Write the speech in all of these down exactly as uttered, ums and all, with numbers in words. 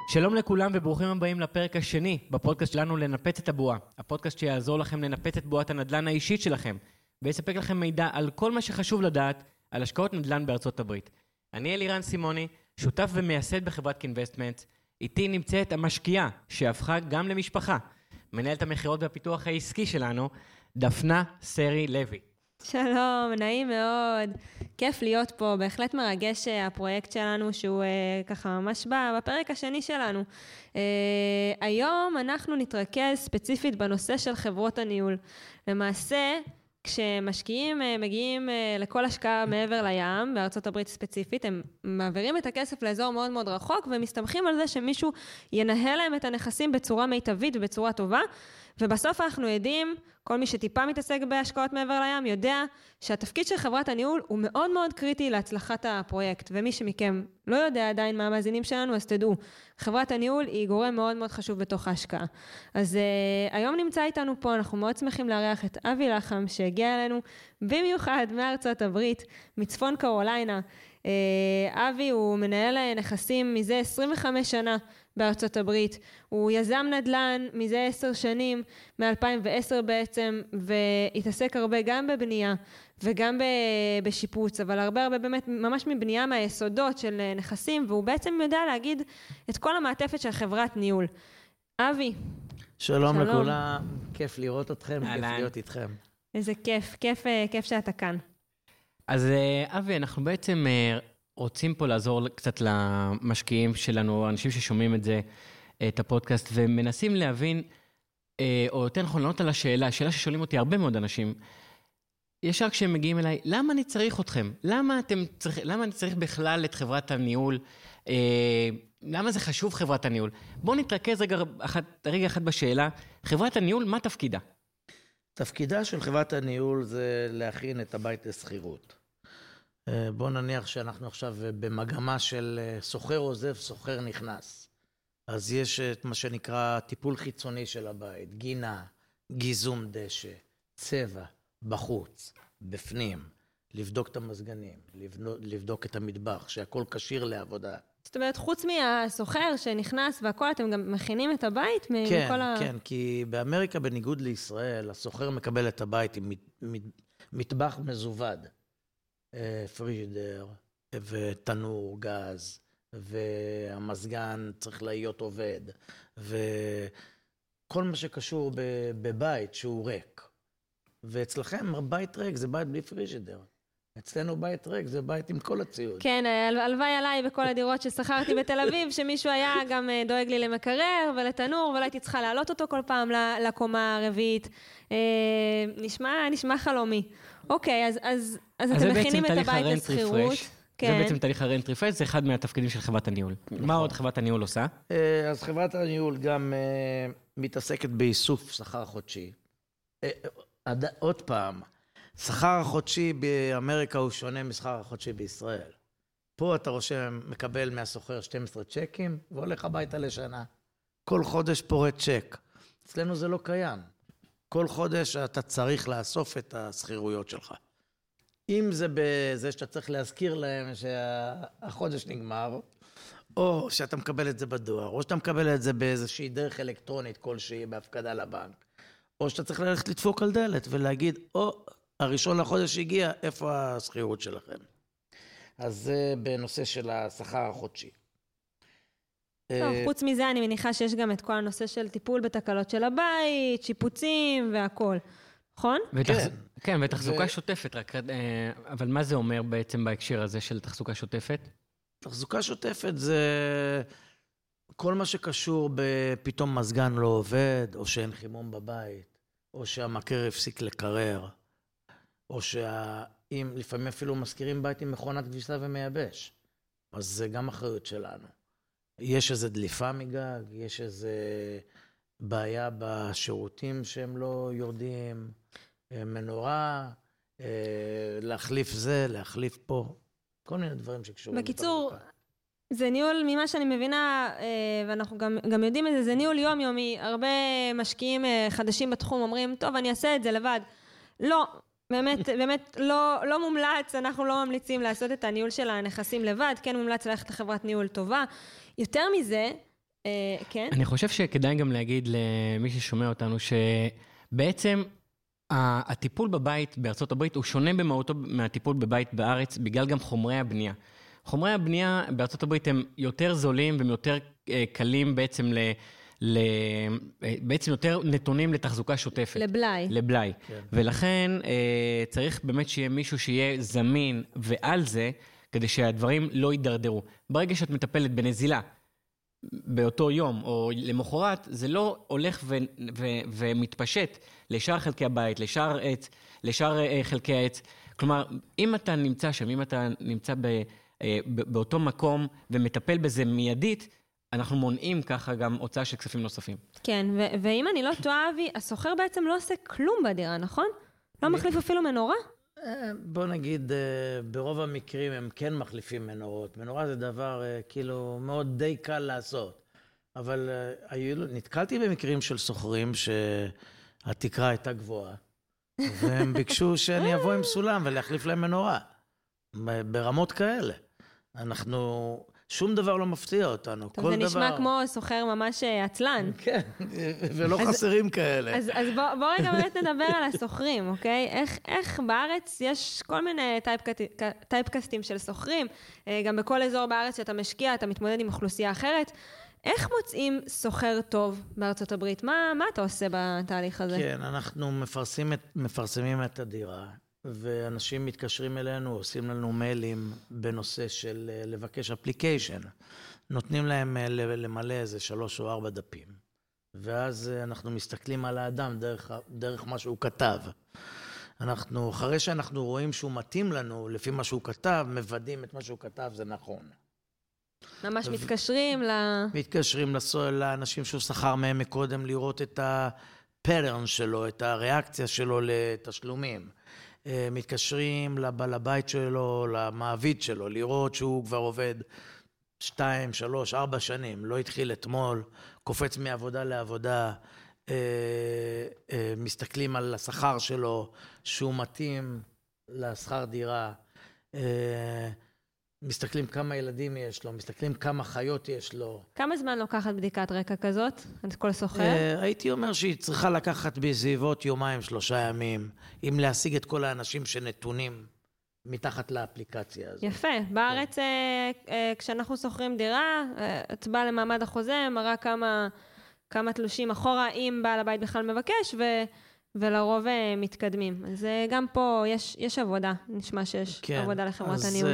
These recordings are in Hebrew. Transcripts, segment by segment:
שלום לכולם וברוכים הבאים לפרק השני בפודקאסט שלנו לנפץ את הבועה. הפודקאסט שיעזור לכם לנפץ את בועת הנדל"ן האישית שלכם, ויספק לכם מידע על כל מה שחשוב לדעת על השקעות נדל"ן בארצות הברית. אני אלירן סימוני, שותף ומייסד בחברת קינבסטמנט. איתי נמצאת המשקיעה שהפכה גם למשפחה. מנהלת המחירות והפיתוח העסקי שלנו, דפנה סרי לוי. שלום, נעים מאוד. כיף להיות פה, בהחלט מרגש הפרויקט שלנו, שהוא אה, ככה ממש בא בפרק השני שלנו. אה, היום אנחנו נתרכז ספציפית בנושא של חברות הניהול. למעשה, כשמשקיעים אה, מגיעים אה, לכל השקעה מעבר לים, בארצות הברית ספציפית, הם מעבירים את הכסף לאזור מאוד מאוד רחוק, ומסתמכים על זה שמישהו ינהל להם את הנכסים בצורה מיטבית ובצורה טובה, ובסוף אנחנו יודעים, כל מי שטיפה מתעסק בהשקעות מעבר לים, יודע שהתפקיד של חברת הניהול הוא מאוד מאוד קריטי להצלחת הפרויקט, ומי שמכם לא יודע עדיין מה המאזינים שלנו, אז תדעו, חברת הניהול היא גורם מאוד מאוד חשוב בתוך ההשקעה. אז uh, היום נמצא איתנו פה, אנחנו מאוד שמחים לארח את אבי לחם, שהגיע אלינו במיוחד מארצות הברית, מצפון קרוליינה. Uh, אבי הוא מנהל נכסים מזה עשרים וחמש שנה בארצות הברית, הוא יזם נדל"ן מזה עשר שנים, מ-אלפיים ועשר בעצם, והתעסק הרבה גם בבנייה וגם בשיפוץ, אבל הרבה הרבה באמת ממש מבנייה מהיסודות של נכסים, והוא בעצם יודע להגיד את כל המעטפת של חברת ניהול. אבי. שלום, שלום. לכולם, כיף לראות אתכם, כיף להיות איתכם. איזה כיף, כיף, כיף שאתה כאן. אז אבי, אנחנו בעצם רוצים פה לעזור קצת למשקיעים שלנו, אנשים ששומעים את זה, את הפודקאסט, ומנסים להבין, או יותר נכון, לענות על השאלה, שאלה ששואלים אותי הרבה מאוד אנשים, ישר כשהם מגיעים אליי, למה אני צריך אתכם? למה, אתם צריך, למה אני צריך בכלל את חברת הניהול? למה זה חשוב חברת הניהול? בואו נתרכז רגע אחת, רגע אחת בשאלה, חברת הניהול, מה תפקידה? תפקידה של חברת הניהול זה להכין את הבית לסחירות. בוא נניח שאנחנו עכשיו במגמה של סוחר עוזב, סוחר נכנס. אז יש את מה שנקרא טיפול חיצוני של הבית, גינה, גיזום דשא, צבע, בחוץ, בפנים, לבדוק את המזגנים, לבדוק את המטבח, שהכל קשיר לעבודה. זאת אומרת, חוץ מהסוחר שנכנס והכל, אתם גם מכינים את הבית? כן, כל ה... כן, כי באמריקה, בניגוד לישראל, הסוחר מקבל את הבית עם מטבח מזובד. פריג'ידר ותנור גז והמזגן צריך להיות עובד וכל מה שקשור בבית שהוא ריק. ואצלכם בית ריק זה בית בלי פריג'ידר. אצלנו בית ריק זה בית עם כל הציוד. כן, הלוואי עליי בכל הדירות ששכרתי בתל אביב, שמישהו היה גם דואג לי למקרר ולתנור, ולא הייתי צריכה להעלות אותו כל פעם לקומה הרביעית. נשמע, נשמע חלומי. אוקיי, אז, אז, אז אתם מכינים את הבית לסחירות. זה בעצם תהליך הרנט ריפרש, זה אחד מהתפקידים של חברת הניהול. מה עוד חברת הניהול עושה? אז חברת הניהול גם מתעסקת באיסוף שכר חודשי. עוד פעם, שכר החודשי באמריקה הוא שונה משכר החודשי בישראל. פה אתה רושם, מקבל מהסוחר שנים עשר צ'קים, והולך הביתה לשנה. כל חודש פורט צ'ק. אצלנו זה לא קיים. כל חודש אתה צריך לאסוף את הסחירויות שלך. אם זה בזה שאתה צריך להזכיר להם שהחודש נגמר, או שאתה מקבל את זה בדואר, או שאתה מקבל את זה באיזושהי דרך אלקטרונית כלשהי בהפקדה לבנק, או שאתה צריך ללכת לדפוק על דלת ולהגיד, או הראשון לחודש הגיע, איפה הסחירות שלכם? אז זה בנושא של השכר החודשי. טוב, חוץ מזה אני מניחה שיש גם את כל הנושא של טיפול בתקלות של הבית, שיפוצים והכל, נכון? כן. כן, ותחזוקה שוטפת, אבל מה זה אומר בעצם בהקשר הזה של תחזוקה שוטפת? תחזוקה שוטפת זה כל מה שקשור בפתאום מזגן לא עובד, או שאין חימום בבית, או שהמקרר הפסיק לקרר, או שאם לפעמים אפילו מזכירים בית עם מכונת כביסה ומייבש, אז זה גם אחריות שלנו. יש איזו דליפה מגג, יש איזו בעיה בשירותים שהם לא יורדים, מנורה, להחליף זה, להחליף פה, כל מיני דברים שקשורים. בקיצור, זה ניהול, ממה שאני מבינה, ואנחנו גם, גם יודעים את זה, זה ניהול יומיומי. הרבה משקיעים חדשים בתחום אומרים, טוב, אני אעשה את זה לבד. לא, באמת, באמת לא, לא מומלץ, אנחנו לא ממליצים לעשות את הניהול של הנכסים לבד, כן מומלץ ללכת לחברת ניהול טובה. יותר מזה, כן? אני חושב שכדאי גם להגיד למי ששומע אותנו, שבעצם הטיפול בבית בארצות הברית הוא שונה במהותו מהטיפול בבית בארץ, בגלל גם חומרי הבנייה. חומרי הבנייה בארצות הברית הם יותר זולים והם יותר קלים בעצם ל... ל... בעצם יותר נתונים לתחזוקה שוטפת. לבלי. לבלי. כן. ולכן צריך באמת שיהיה מישהו שיהיה זמין ועל זה, כדי שהדברים לא יידרדרו. ברגע שאת מטפלת בנזילה, באותו יום או למחרת, זה לא הולך ו... ו... ומתפשט לשאר חלקי הבית, לשאר עץ, לשאר חלקי העץ. כלומר, אם אתה נמצא שם, אם אתה נמצא ב... באותו מקום ומטפל בזה מיידית, אנחנו מונעים ככה גם הוצאה של כספים נוספים. כן, ו- ואם אני לא טועה, אבי, הסוחר בעצם לא עושה כלום בדירה, נכון? לא מחליף אפילו מנורה? בוא נגיד, ברוב המקרים הם כן מחליפים מנורות. מנורה זה דבר כאילו מאוד די קל לעשות. אבל נתקלתי במקרים של סוחרים שהתקרה הייתה גבוהה, והם ביקשו שאני אבוא עם סולם ולהחליף להם מנורה. ברמות כאלה. אנחנו, שום דבר לא מפתיע אותנו. טוב, זה דבר... נשמע כמו סוחר ממש עצלן. כן, ולא אז, חסרים כאלה. אז, אז בוא, בוא רגע באמת נדבר על הסוחרים, אוקיי? איך, איך בארץ יש כל מיני טייפקט, טייפקסטים של סוחרים, גם בכל אזור בארץ שאתה משקיע, אתה מתמודד עם אוכלוסייה אחרת. איך מוצאים סוחר טוב בארצות הברית? מה, מה אתה עושה בתהליך הזה? כן, אנחנו מפרסמים את, מפרסמים את הדירה. ואנשים מתקשרים אלינו, עושים לנו מיילים בנושא של לבקש אפליקיישן. נותנים להם למלא איזה שלוש או ארבע דפים. ואז אנחנו מסתכלים על האדם דרך, דרך מה שהוא כתב. אנחנו, אחרי שאנחנו רואים שהוא מתאים לנו, לפי מה שהוא כתב, מוודאים את מה שהוא כתב, זה נכון. ממש ו... מתקשרים ל... מתקשרים לאנשים שהוא שכר מהם מקודם, לראות את הפטרן שלו, את הריאקציה שלו לתשלומים. מתקשרים לבעל הבית שלו, למעביד שלו, לראות שהוא כבר עובד שתיים, שלוש, ארבע שנים, לא התחיל אתמול, קופץ מעבודה לעבודה, מסתכלים על השכר שלו, שהוא מתאים לשכר דירה, מסתכלים כמה ילדים יש לו, מסתכלים כמה חיות יש לו. כמה זמן לוקחת בדיקת רקע כזאת? את כל סוחר? הייתי אומר שהיא צריכה לקחת בסביבות יומיים, שלושה ימים, אם להשיג את כל האנשים שנתונים מתחת לאפליקציה הזאת. יפה. בארץ, כשאנחנו סוחרים דירה, את באה למעמד החוזה, מראה כמה, כמה תלושים אחורה, אם בעל הבית בכלל מבקש, ו... ולרוב מתקדמים. אז גם פה יש, יש עבודה, נשמע שיש כן, עבודה לחברת אז, הניהול.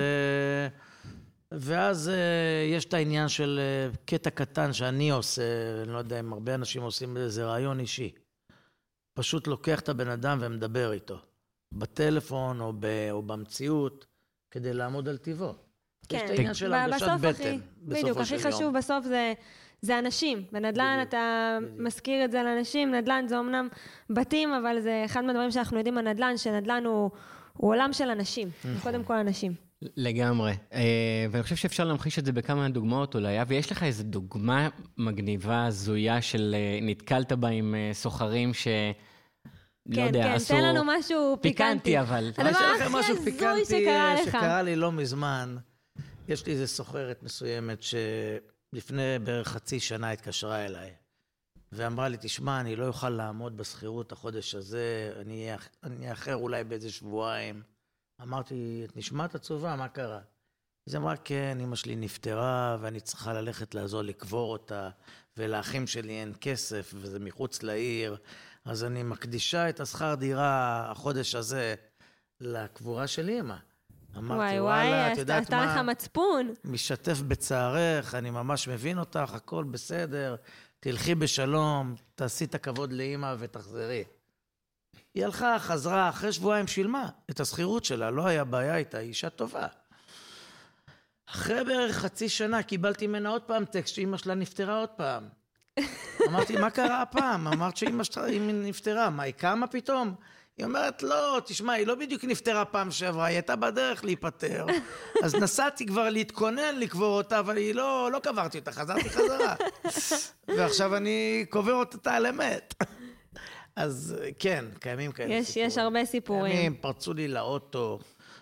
ואז יש את העניין של קטע קטן שאני עושה, אני לא יודע אם הרבה אנשים עושים איזה רעיון אישי. פשוט לוקח את הבן אדם ומדבר איתו, בטלפון או, ב, או במציאות, כדי לעמוד על טבעו. כן, יש את העניין של הרגשת בטן, הכי, בדיוק, הכי חשוב יום. בסוף זה... זה אנשים, בנדל"ן בדיוק, אתה בדיוק. מזכיר את זה לאנשים, נדל"ן זה אומנם בתים, אבל זה אחד מהדברים שאנחנו יודעים בנדל"ן, שנדל"ן הוא, הוא עולם של אנשים, קודם כל אנשים. לגמרי, ואני חושב שאפשר להמחיש את זה בכמה דוגמאות אולי, ויש לך איזו דוגמה מגניבה, זויה של נתקלת בה עם סוחרים ש... כן, לא יודע, כן, עשו... תן לנו משהו פיקנטי. פיקנטי, אבל... הדבר הכי הזוי שקרה לך. שקרה לי לא מזמן, יש לי איזו סוחרת מסוימת ש... לפני בערך חצי שנה התקשרה אליי, ואמרה לי, תשמע, אני לא אוכל לעמוד בסחירות החודש הזה, אני אהיה אחר אולי באיזה שבועיים. אמרתי, את נשמעת עצובה, מה קרה? אז אמרה, כן, אמא שלי נפטרה, ואני צריכה ללכת לעזור לקבור אותה, ולאחים שלי אין כסף, וזה מחוץ לעיר, אז אני מקדישה את השכר דירה החודש הזה לקבורה של אמא. אמרתי, וואי, וואלה, וואי, את יודעת מה? עשתה לך מצפון. משתף בצערך, אני ממש מבין אותך, הכל בסדר, תלכי בשלום, תעשי את הכבוד לאמא ותחזרי. היא הלכה, חזרה, אחרי שבועיים שילמה את הסחירות שלה, לא היה בעיה איתה, היא אישה טובה. אחרי בערך חצי שנה קיבלתי ממנה עוד פעם טקסט שאמא שלה נפטרה עוד פעם. אמרתי, מה קרה הפעם? אמרת שאמא שלה נפטרה, מה, היא קמה פתאום? היא אומרת, לא, תשמע, היא לא בדיוק נפטרה פעם שעברה, היא הייתה בדרך להיפטר. אז נסעתי כבר להתכונן לקבור אותה, אבל היא לא, לא קברתי אותה, חזרתי חזרה. ועכשיו אני קובר אותה על אמת. אז כן, קיימים כאלה יש, סיפורים. יש הרבה סיפורים. קיימים, פרצו לי לאוטו,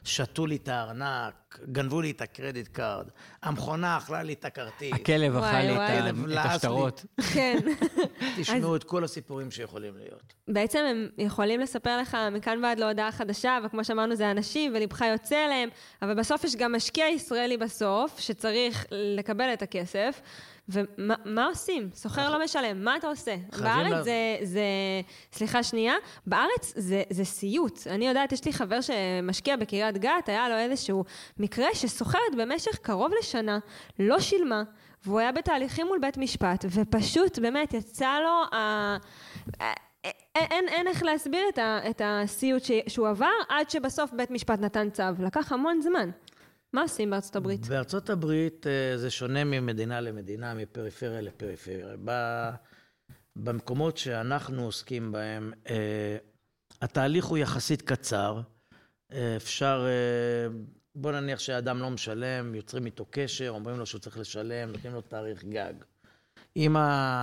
שתו לי את הארנק, גנבו לי את הקרדיט קארד, המכונה אכלה לי את הכרטיס. הכלב אכל לי את וואי. השטרות. כן. תשמעו את כל הסיפורים שיכולים להיות. בעצם הם יכולים לספר לך מכאן ועד להודעה חדשה, וכמו שאמרנו זה אנשים ולבך יוצא אליהם, אבל בסוף יש גם משקיע ישראלי בסוף, שצריך לקבל את הכסף, ומה מה עושים? סוחר לא משלם, מה אתה עושה? בארץ לה... זה, זה, סליחה שנייה, בארץ זה, זה סיוט. אני יודעת, יש לי חבר שמשקיע בקריית גת, היה לו איזשהו מקרה שסוחרת במשך קרוב לשנה, לא שילמה, והוא היה בתהליכים מול בית משפט, ופשוט באמת יצא לו, ה... אין, אין, אין איך להסביר את, ה, את הסיוט שהוא עבר, עד שבסוף בית משפט נתן צו. לקח המון זמן. מה עושים בארצות הברית? בארצות הברית זה שונה ממדינה למדינה, מפריפריה לפריפריה. במקומות שאנחנו עוסקים בהם, התהליך הוא יחסית קצר. אפשר, בוא נניח שהאדם לא משלם, יוצרים איתו קשר, אומרים לו שהוא צריך לשלם, נותנים לו תאריך גג. אם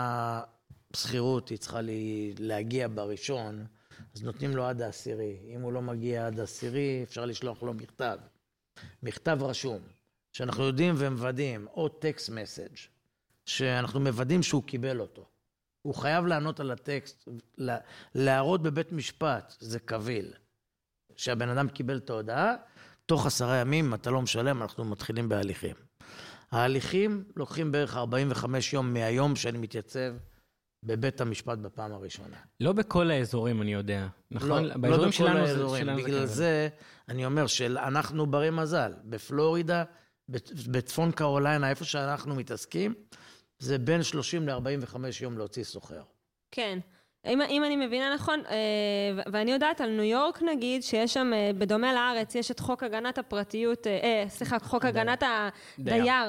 הסחירות היא צריכה להגיע בראשון, אז נותנים לו עד העשירי. אם הוא לא מגיע עד העשירי, אפשר לשלוח לו מכתב. מכתב רשום, שאנחנו יודעים ומוודאים, או טקסט מסאג', שאנחנו מוודאים שהוא קיבל אותו. הוא חייב לענות על הטקסט, להראות בבית משפט, זה קביל. שהבן אדם קיבל את ההודעה, תוך עשרה ימים, אם אתה לא משלם, אנחנו מתחילים בהליכים. ההליכים לוקחים בערך ארבעים וחמישה יום מהיום שאני מתייצב בבית המשפט בפעם הראשונה. לא בכל האזורים, אני יודע. נכון? לא, באזורים לא בכל שלנו, האזורים. שלנו בגלל זה, זה אני אומר שאנחנו ברי מזל. בפלורידה, בצפון קרוליינה, איפה שאנחנו מתעסקים, זה בין שלושים ל-ארבעים וחמישה יום להוציא סוחר. כן. אם, אם אני מבינה נכון, ואני יודעת על ניו יורק נגיד, שיש שם, בדומה לארץ, יש את חוק הגנת הפרטיות, אה, סליחה, חוק הגנת הדייר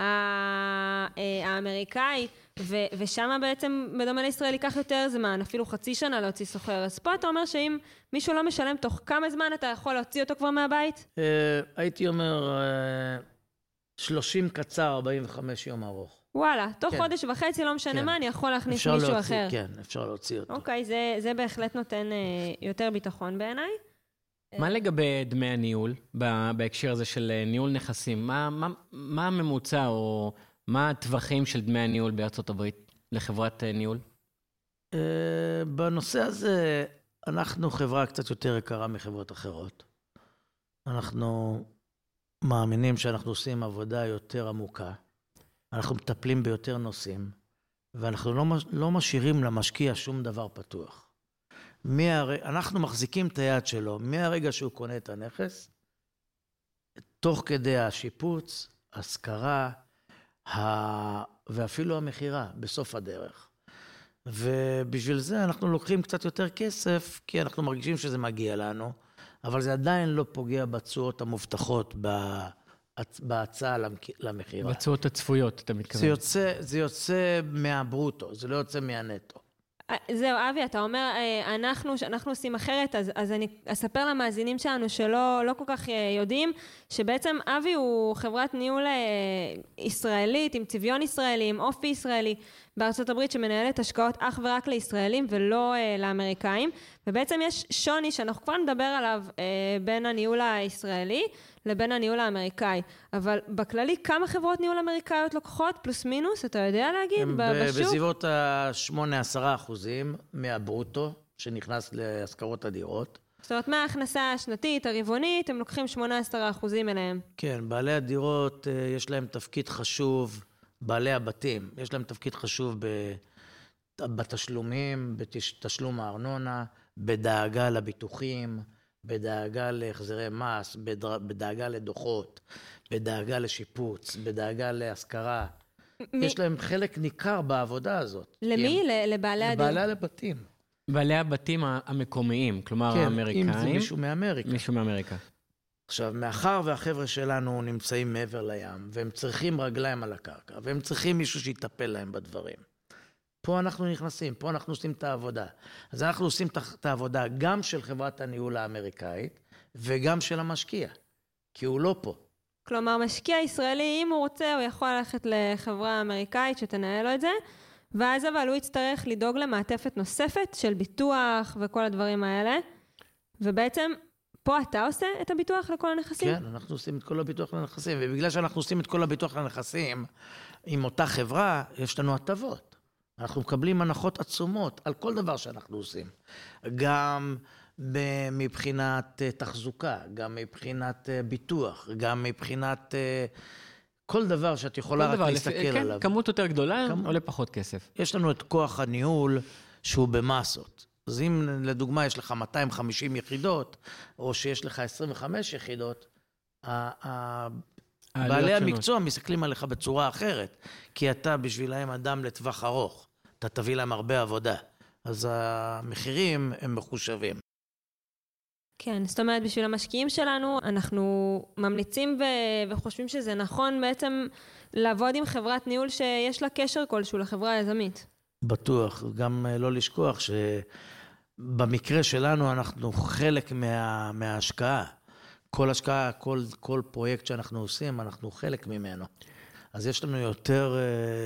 האמריקאי, ו- ושם בעצם, בדומה לישראל, ייקח יותר זמן, אפילו חצי שנה להוציא סוחר. אז פה אתה אומר שאם מישהו לא משלם, תוך כמה זמן אתה יכול להוציא אותו כבר מהבית? הייתי אומר, שלושים קצר, ארבעים וחמישה יום ארוך. וואלה, תוך חודש וחצי, לא משנה מה, אני יכול להכניס מישהו אחר. כן, אפשר להוציא אותו. אוקיי, זה, זה בהחלט נותן יותר ביטחון בעיניי. מה לגבי דמי הניהול, בהקשר הזה של ניהול נכסים? מה, מה, מה הממוצע או מה הטווחים של דמי הניהול בארצות הברית לחברת ניהול? בנושא הזה, אנחנו חברה קצת יותר יקרה מחברות אחרות. אנחנו מאמינים שאנחנו עושים עבודה יותר עמוקה. אנחנו מטפלים ביותר נושאים, ואנחנו לא, לא משאירים למשקיע שום דבר פתוח. מהר... אנחנו מחזיקים את היד שלו, מהרגע שהוא קונה את הנכס, תוך כדי השיפוץ, השכרה, ה... ואפילו המחירה, בסוף הדרך. ובשביל זה אנחנו לוקחים קצת יותר כסף, כי אנחנו מרגישים שזה מגיע לנו, אבל זה עדיין לא פוגע בתשואות המובטחות ב... בהצעה למחירה. בתשואות הצפויות, אתה מתכוון. זה יוצא, זה יוצא מהברוטו, זה לא יוצא מהנטו. זהו, אבי, אתה אומר, אנחנו, אנחנו עושים אחרת, אז, אז אני אספר למאזינים שלנו שלא לא כל כך יודעים, שבעצם אבי הוא חברת ניהול ישראלית, עם צביון ישראלי, עם אופי ישראלי, בארצות הברית שמנהלת השקעות אך ורק לישראלים ולא אה, לאמריקאים, ובעצם יש שוני שאנחנו כבר נדבר עליו אה, בין הניהול הישראלי לבין הניהול האמריקאי, אבל בכללי כמה חברות ניהול אמריקאיות לוקחות פלוס מינוס, אתה יודע להגיד, הם בשוק? בסביבות ה-שמונה עד עשרה אחוזים מהברוטו שנכנס להשכרות הדירות. זאת אומרת, מההכנסה השנתית, הרבעונית, הם לוקחים שמונה עד עשרה אחוזים אליהם. כן, בעלי הדירות יש להם תפקיד חשוב, בעלי הבתים, יש להם תפקיד חשוב בתשלומים, בתשלום הארנונה, בדאגה לביטוחים, בדאגה להחזרי מס, בדאגה לדוחות, בדאגה לשיפוץ, בדאגה להשכרה. מ... יש להם חלק ניכר בעבודה הזאת. למי? הם... לבעלי הדירות? לבעלי הבתים. בעלי הבתים המקומיים, כלומר כן, האמריקאים. אם זה מישהו מאמריקה. מישהו מאמריקה. עכשיו, מאחר והחבר'ה שלנו נמצאים מעבר לים, והם צריכים רגליים על הקרקע, והם צריכים מישהו שיטפל להם בדברים. פה אנחנו נכנסים, פה אנחנו עושים את העבודה. אז אנחנו עושים את העבודה גם של חברת הניהול האמריקאית, וגם של המשקיע, כי הוא לא פה. כלומר, משקיע ישראלי, אם הוא רוצה, הוא יכול ללכת לחברה אמריקאית שתנהל לו את זה, ואז אבל הוא יצטרך לדאוג למעטפת נוספת של ביטוח וכל הדברים האלה, ובעצם פה אתה עושה את הביטוח לכל הנכסים? כן, אנחנו עושים את כל הביטוח לנכסים, ובגלל שאנחנו עושים את כל הביטוח לנכסים, עם אותה חברה, יש לנו הטבות. אנחנו מקבלים הנחות עצומות על כל דבר שאנחנו עושים. גם מבחינת תחזוקה, גם מבחינת ביטוח, גם מבחינת כל דבר שאת יכולה רק להסתכל עליו. כן, כמות יותר גדולה, עולה פחות כסף. יש לנו את כוח הניהול שהוא במסות. אז אם לדוגמה יש לך מאתיים וחמישים יחידות, או שיש לך עשרים וחמש יחידות, בעלי המקצוע מסתכלים עליך בצורה אחרת, כי אתה בשבילהם אדם לטווח ארוך, אתה תביא להם הרבה עבודה, אז המחירים הם מחושבים. כן, זאת אומרת, בשביל המשקיעים שלנו, אנחנו ממליצים ו- וחושבים שזה נכון בעצם לעבוד עם חברת ניהול שיש לה קשר כלשהו לחברה היזמית. בטוח, גם לא לשכוח שבמקרה שלנו אנחנו חלק מה, מההשקעה. כל השקעה, כל, כל פרויקט שאנחנו עושים, אנחנו חלק ממנו. אז יש לנו יותר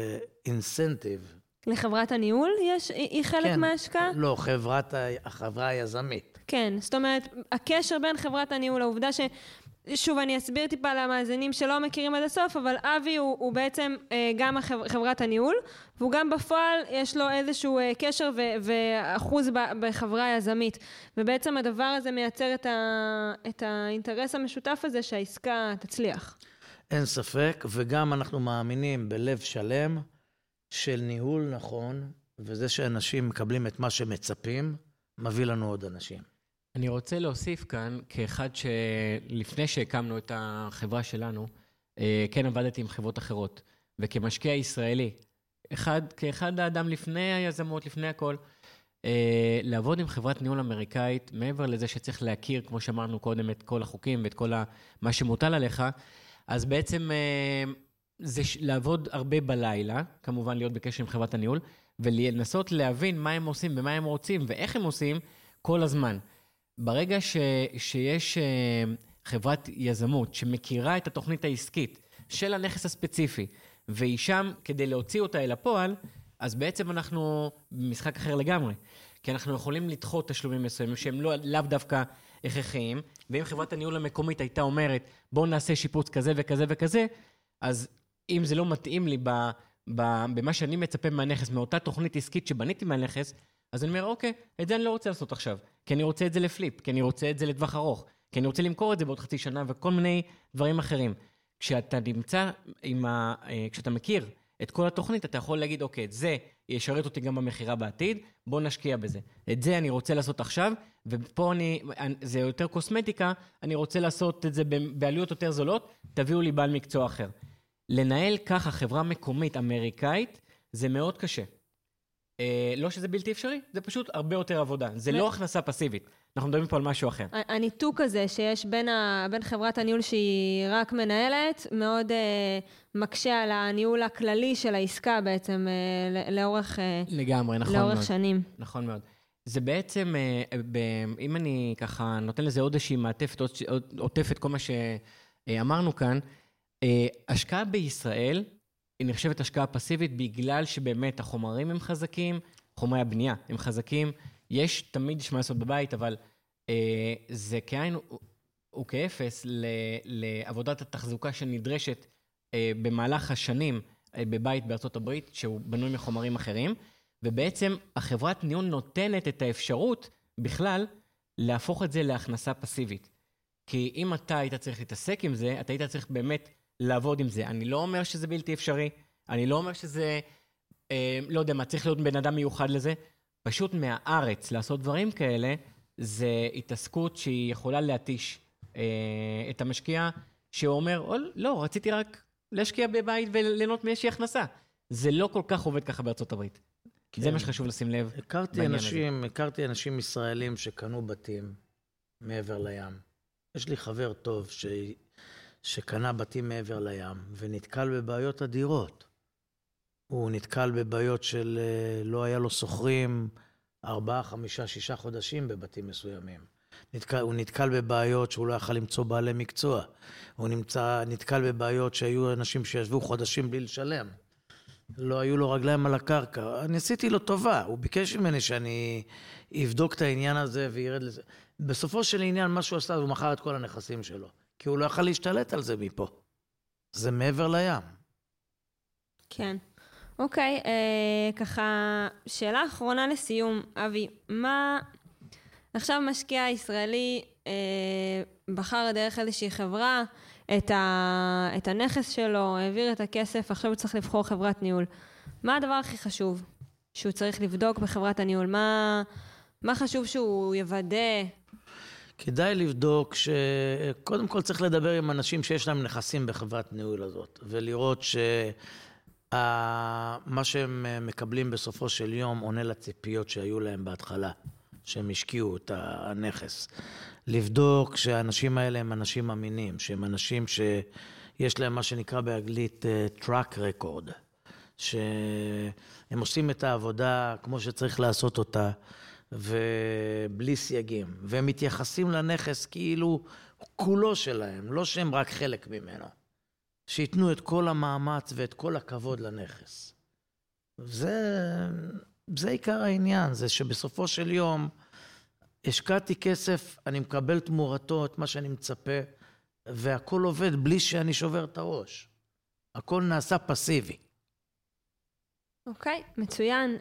אינסנטיב. Uh, לחברת הניהול יש, היא חלק כן, מההשקעה? לא, חברת, החברה היזמית. כן, זאת אומרת, הקשר בין חברת הניהול, העובדה ש... שוב, אני אסביר טיפה למאזינים שלא מכירים עד הסוף, אבל אבי הוא, הוא בעצם אה, גם החבר, חברת הניהול, והוא גם בפועל יש לו איזשהו אה, קשר ו, ואחוז ב, בחברה היזמית. ובעצם הדבר הזה מייצר את, ה, את האינטרס המשותף הזה שהעסקה תצליח. אין ספק, וגם אנחנו מאמינים בלב שלם של ניהול נכון, וזה שאנשים מקבלים את מה שמצפים, מביא לנו עוד אנשים. אני רוצה להוסיף כאן, כאחד שלפני שהקמנו את החברה שלנו, כן עבדתי עם חברות אחרות, וכמשקיע ישראלי, אחד, כאחד האדם לפני היזמות, לפני הכל, לעבוד עם חברת ניהול אמריקאית, מעבר לזה שצריך להכיר, כמו שאמרנו קודם, את כל החוקים ואת כל מה שמוטל עליך, אז בעצם זה לעבוד הרבה בלילה, כמובן להיות בקשר עם חברת הניהול, ולנסות להבין מה הם עושים ומה הם רוצים ואיך הם עושים כל הזמן. ברגע ש, שיש חברת יזמות שמכירה את התוכנית העסקית של הנכס הספציפי, והיא שם כדי להוציא אותה אל הפועל, אז בעצם אנחנו במשחק אחר לגמרי. כי אנחנו יכולים לדחות תשלומים מסוימים שהם לא, לאו דווקא הכרחיים, ואם חברת הניהול המקומית הייתה אומרת, בואו נעשה שיפוץ כזה וכזה וכזה, אז אם זה לא מתאים לי ב, ב, במה שאני מצפה מהנכס, מאותה תוכנית עסקית שבניתי מהנכס, אז אני אומר, אוקיי, את זה אני לא רוצה לעשות עכשיו, כי אני רוצה את זה לפליפ, כי אני רוצה את זה לטווח ארוך, כי אני רוצה למכור את זה בעוד חצי שנה וכל מיני דברים אחרים. כשאתה נמצא עם ה... כשאתה מכיר את כל התוכנית, אתה יכול להגיד, אוקיי, את זה ישרת אותי גם במחירה בעתיד, בוא נשקיע בזה. את זה אני רוצה לעשות עכשיו, ופה אני, זה יותר קוסמטיקה, אני רוצה לעשות את זה בעלויות יותר זולות, תביאו לי בעל מקצוע אחר. לנהל ככה חברה מקומית אמריקאית, זה מאוד קשה. לא שזה בלתי אפשרי, זה פשוט הרבה יותר עבודה. זה לא הכנסה פסיבית. אנחנו מדברים פה על משהו אחר. הניתוק הזה שיש בין, ה, בין חברת הניהול שהיא רק מנהלת, מאוד אה, מקשה על הניהול הכללי של העסקה בעצם אה, לאורך, אה, לגמרי, נכון לאורך מאוד. שנים. נכון מאוד. זה בעצם, אה, ב, אם אני ככה נותן לזה עוד איזושהי מעטפת, עוטפת כל מה שאמרנו כאן, אה, השקעה בישראל, היא נחשבת השקעה פסיבית בגלל שבאמת החומרים הם חזקים, חומרי הבנייה הם חזקים, יש תמיד יש מה לעשות בבית, אבל אה, זה כאין הוא, הוא כאפס ל, לעבודת התחזוקה שנדרשת אה, במהלך השנים אה, בבית בארצות הברית, שהוא בנוי מחומרים אחרים, ובעצם החברת ניהול נותנת את האפשרות בכלל להפוך את זה להכנסה פסיבית. כי אם אתה היית צריך להתעסק עם זה, אתה היית צריך באמת לעבוד עם זה. אני לא אומר שזה בלתי אפשרי, אני לא אומר שזה, אה, לא יודע מה, צריך להיות בן אדם מיוחד לזה, פשוט מהארץ לעשות דברים כאלה, זה התעסקות שהיא יכולה להתיש אה, את המשקיע, שהוא אומר, או, לא, רציתי רק להשקיע בבית וליהנות מאיזושהי הכנסה. זה לא כל כך עובד ככה בארצות הברית. כן. זה מה שחשוב לשים לב. הכרתי אנשים, הכרתי אנשים ישראלים שקנו בתים מעבר לים. יש לי חבר טוב ש... שקנה בתים מעבר לים, ונתקל בבעיות אדירות. הוא נתקל בבעיות של לא היה לו סוחרים ארבעה, חמישה, שישה חודשים בבתים מסוימים. נתקל, הוא נתקל בבעיות שהוא לא יכל למצוא בעלי מקצוע. הוא נמצא, נתקל בבעיות שהיו אנשים שישבו חודשים בלי לשלם. לא היו לו רגליים על הקרקע. אני עשיתי לו טובה, הוא ביקש ממני שאני אבדוק את העניין הזה וירד לזה. בסופו של עניין, מה שהוא עשה, הוא מכר את כל הנכסים שלו, כי הוא לא יכול להשתלט על זה מפה. זה מעבר לים. כן. אוקיי, אה, ככה, שאלה אחרונה לסיום, אבי, מה... עכשיו משקיע ישראלי אה, בחר דרך איזושהי חברה, את, ה... את הנכס שלו, העביר את הכסף, עכשיו הוא צריך לבחור חברת ניהול. מה הדבר הכי חשוב שהוא צריך לבדוק בחברת הניהול? מה, מה חשוב שהוא יוודא? כדאי לבדוק שקודם כל צריך לדבר עם אנשים שיש להם נכסים בחברת ניהול הזאת, ולראות שמה שהם מקבלים בסופו של יום עונה לציפיות שהיו להם בהתחלה, שהם השקיעו את הנכס. לבדוק שהאנשים האלה הם אנשים אמינים, שהם אנשים שיש להם מה שנקרא באנגלית track record, שהם עושים את העבודה כמו שצריך לעשות אותה, ובלי סייגים, והם מתייחסים לנכס כאילו כולו שלהם, לא שהם רק חלק ממנו. שיתנו את כל המאמץ ואת כל הכבוד לנכס. זה, זה עיקר העניין, זה שבסופו של יום השקעתי כסף, אני מקבל תמורתו את מה שאני מצפה, והכל עובד בלי שאני שובר את הראש. הכל נעשה פסיבי. אוקיי, מצוין.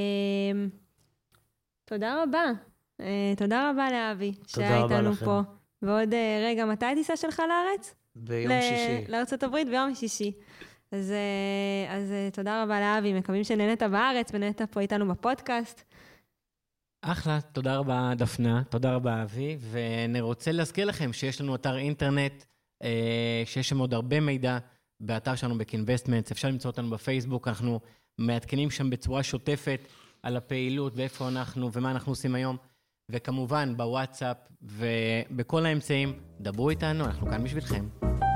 תודה רבה. תודה רבה לאבי, שהיה איתנו פה. ועוד רגע, מתי הטיסה שלך לארץ? ביום שישי. לארצות הברית ביום שישי. אז, אז תודה רבה לאבי, מקווים שנהנית בארץ ונהנית פה איתנו בפודקאסט. אחלה, תודה רבה דפנה, תודה רבה אבי, ואני רוצה להזכיר לכם שיש לנו אתר אינטרנט, שיש שם עוד הרבה מידע באתר שלנו בקינבסטמנטס, אפשר למצוא אותנו בפייסבוק, אנחנו מעדכנים שם בצורה שוטפת על הפעילות ואיפה אנחנו ומה אנחנו עושים היום, וכמובן בוואטסאפ ובכל האמצעים, דברו איתנו, אנחנו כאן בשבילכם.